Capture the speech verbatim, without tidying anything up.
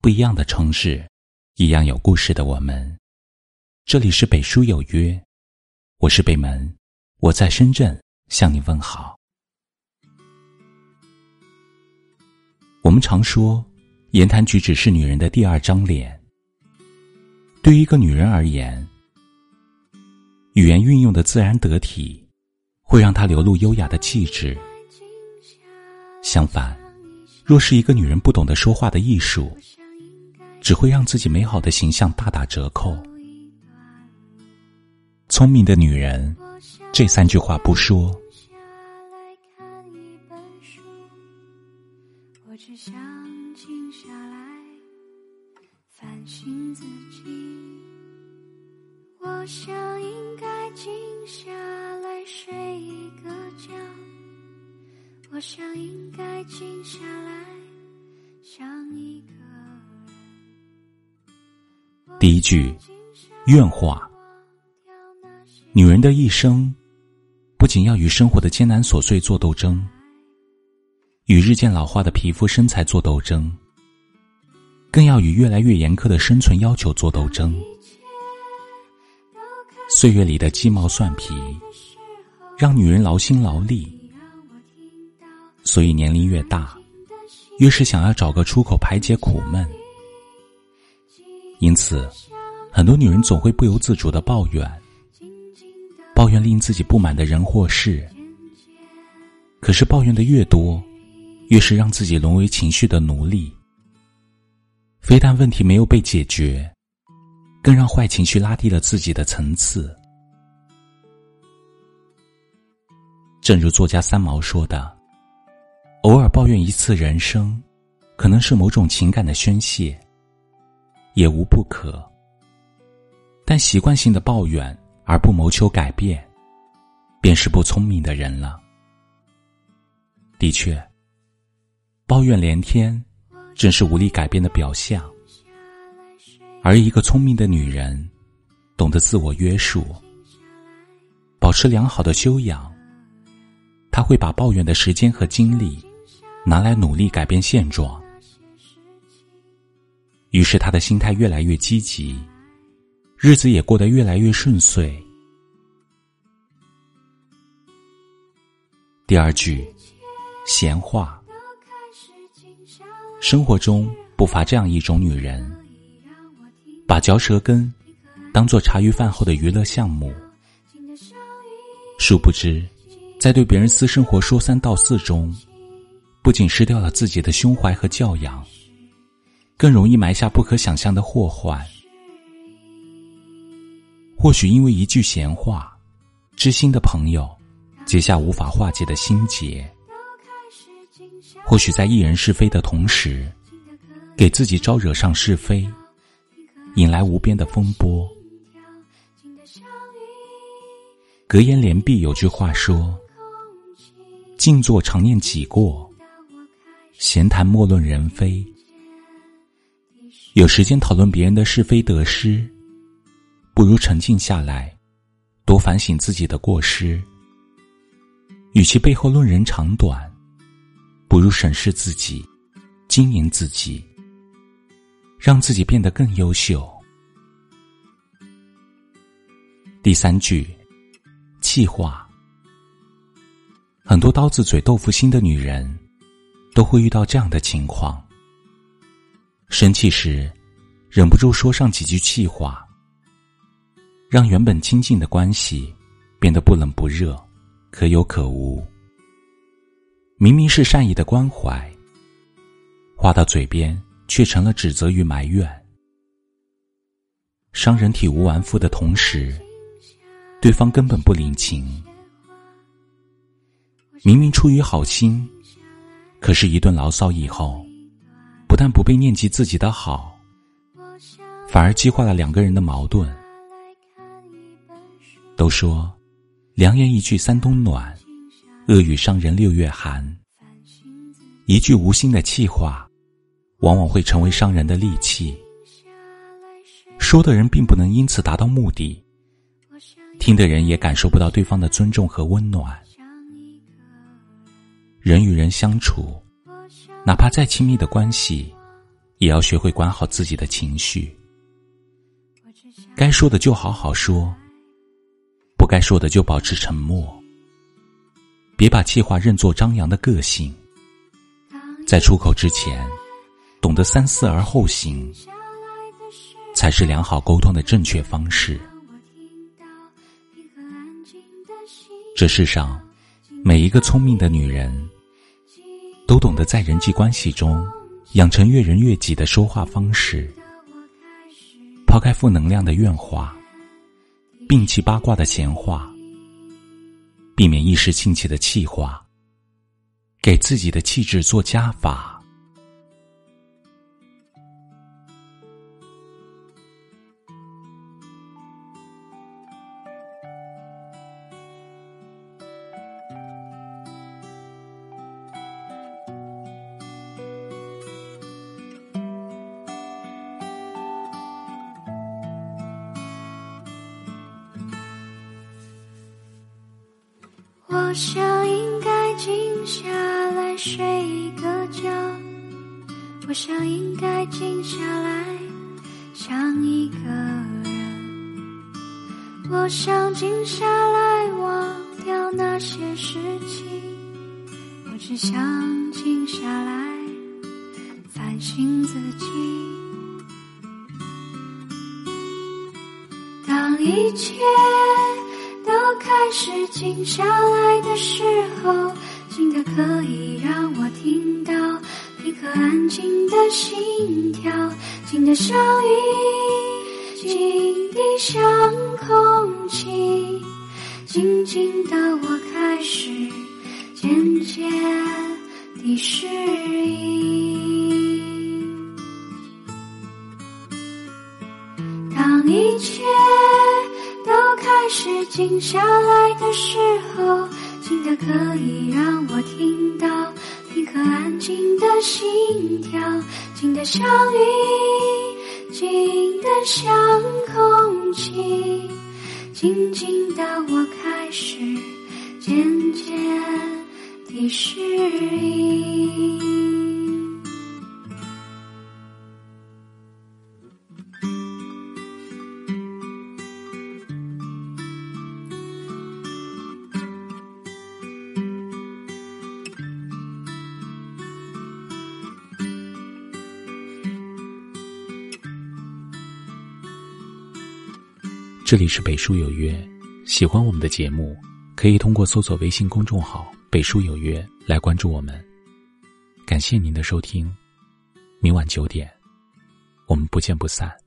不一样的城市，一样有故事的我们。这里是北书有约，我是北门，我在深圳向你问好。我们常说，言谈举止是女人的第二张脸。对于一个女人而言，语言运用的自然得体，会让她流露优雅的气质。相反，若是一个女人不懂得说话的艺术，只会让自己美好的形象大打折扣。聪明的女人，这三句话不说， 我只想静下来反省自己，我想应该静下来睡一个觉，我想应该静下来想一个人。 第一句，怨话。女人的一生，不仅要与生活的艰难琐碎做斗争，与日渐老化的皮肤身材做斗争，更要与越来越严苛的生存要求做斗争。岁月里的鸡毛蒜皮，让女人劳心劳力，所以年龄越大，越是想要找个出口排解苦闷。因此，很多女人总会不由自主地抱怨，抱怨令自己不满的人或事。可是抱怨的越多，越是让自己沦为情绪的奴隶。非但问题没有被解决，更让坏情绪拉低了自己的层次。正如作家三毛说的，偶尔抱怨一次人生，可能是某种情感的宣泄，也无不可。但习惯性的抱怨而不谋求改变，便是不聪明的人了。的确，抱怨连天正是无力改变的表象，而一个聪明的女人懂得自我约束，保持良好的修养，她会把抱怨的时间和精力拿来努力改变现状。于是她的心态越来越积极，日子也过得越来越顺遂。第二句，闲话。生活中不乏这样一种女人，把嚼舌根当作茶余饭后的娱乐项目，殊不知在对别人私生活说三道四中，不仅失掉了自己的胸怀和教养，更容易埋下不可想象的祸患。或许因为一句闲话，知心的朋友结下无法化解的心结，或许在一人是非的同时，给自己招惹上是非，引来无边的风波。格言联璧有句话说，静坐常念己过，闲谈莫论人非。有时间讨论别人的是非得失，不如沉静下来，多反省自己的过失。与其背后论人长短，不如审视自己，经营自己，让自己变得更优秀。第三句，气话。很多刀子嘴豆腐心的女人都会遇到这样的情况，生气时忍不住说上几句气话，让原本亲近的关系变得不冷不热，可有可无。明明是善意的关怀，话到嘴边却成了指责与埋怨。伤人体无完肤的同时，对方根本不领情。明明出于好心，可是一顿牢骚以后，不但不被念及自己的好，反而激化了两个人的矛盾。都说良言一句三冬暖，恶语伤人六月寒。一句无心的气话，往往会成为伤人的利器。说的人并不能因此达到目的，听的人也感受不到对方的尊重和温暖。人与人相处，哪怕再亲密的关系， 也要学会管好自己的情绪。该说的就好好说，不该说的就保持沉默。别把气话认作张扬的个性，在出口之前懂得三思而后行，才是良好沟通的正确方式。这世上每一个聪明的女人都懂得在人际关系中养成悦人悦己的说话方式，抛开负能量的怨话，摒弃八卦的闲话，避免一时兴起的气话，给自己的气质做加法。 我想应该静下来睡一个觉，我想应该静下来想一个人，我想静下来忘掉那些事情，我只想静下来反省自己。当一切都开始静下来的时候，静得可以让我听到平和安静的心跳，静得像雨，静地像空气，静静的我开始渐渐地适应。当一切都开始静下来的时候，静得可以让我听到平和安静的心跳，静得像雨，静得像空气，静静的我开始渐渐地适应。 这里是北书有约，喜欢我们的节目，可以通过搜索微信公众号北书有约来关注我们。感谢您的收听，明晚九点，我们不见不散。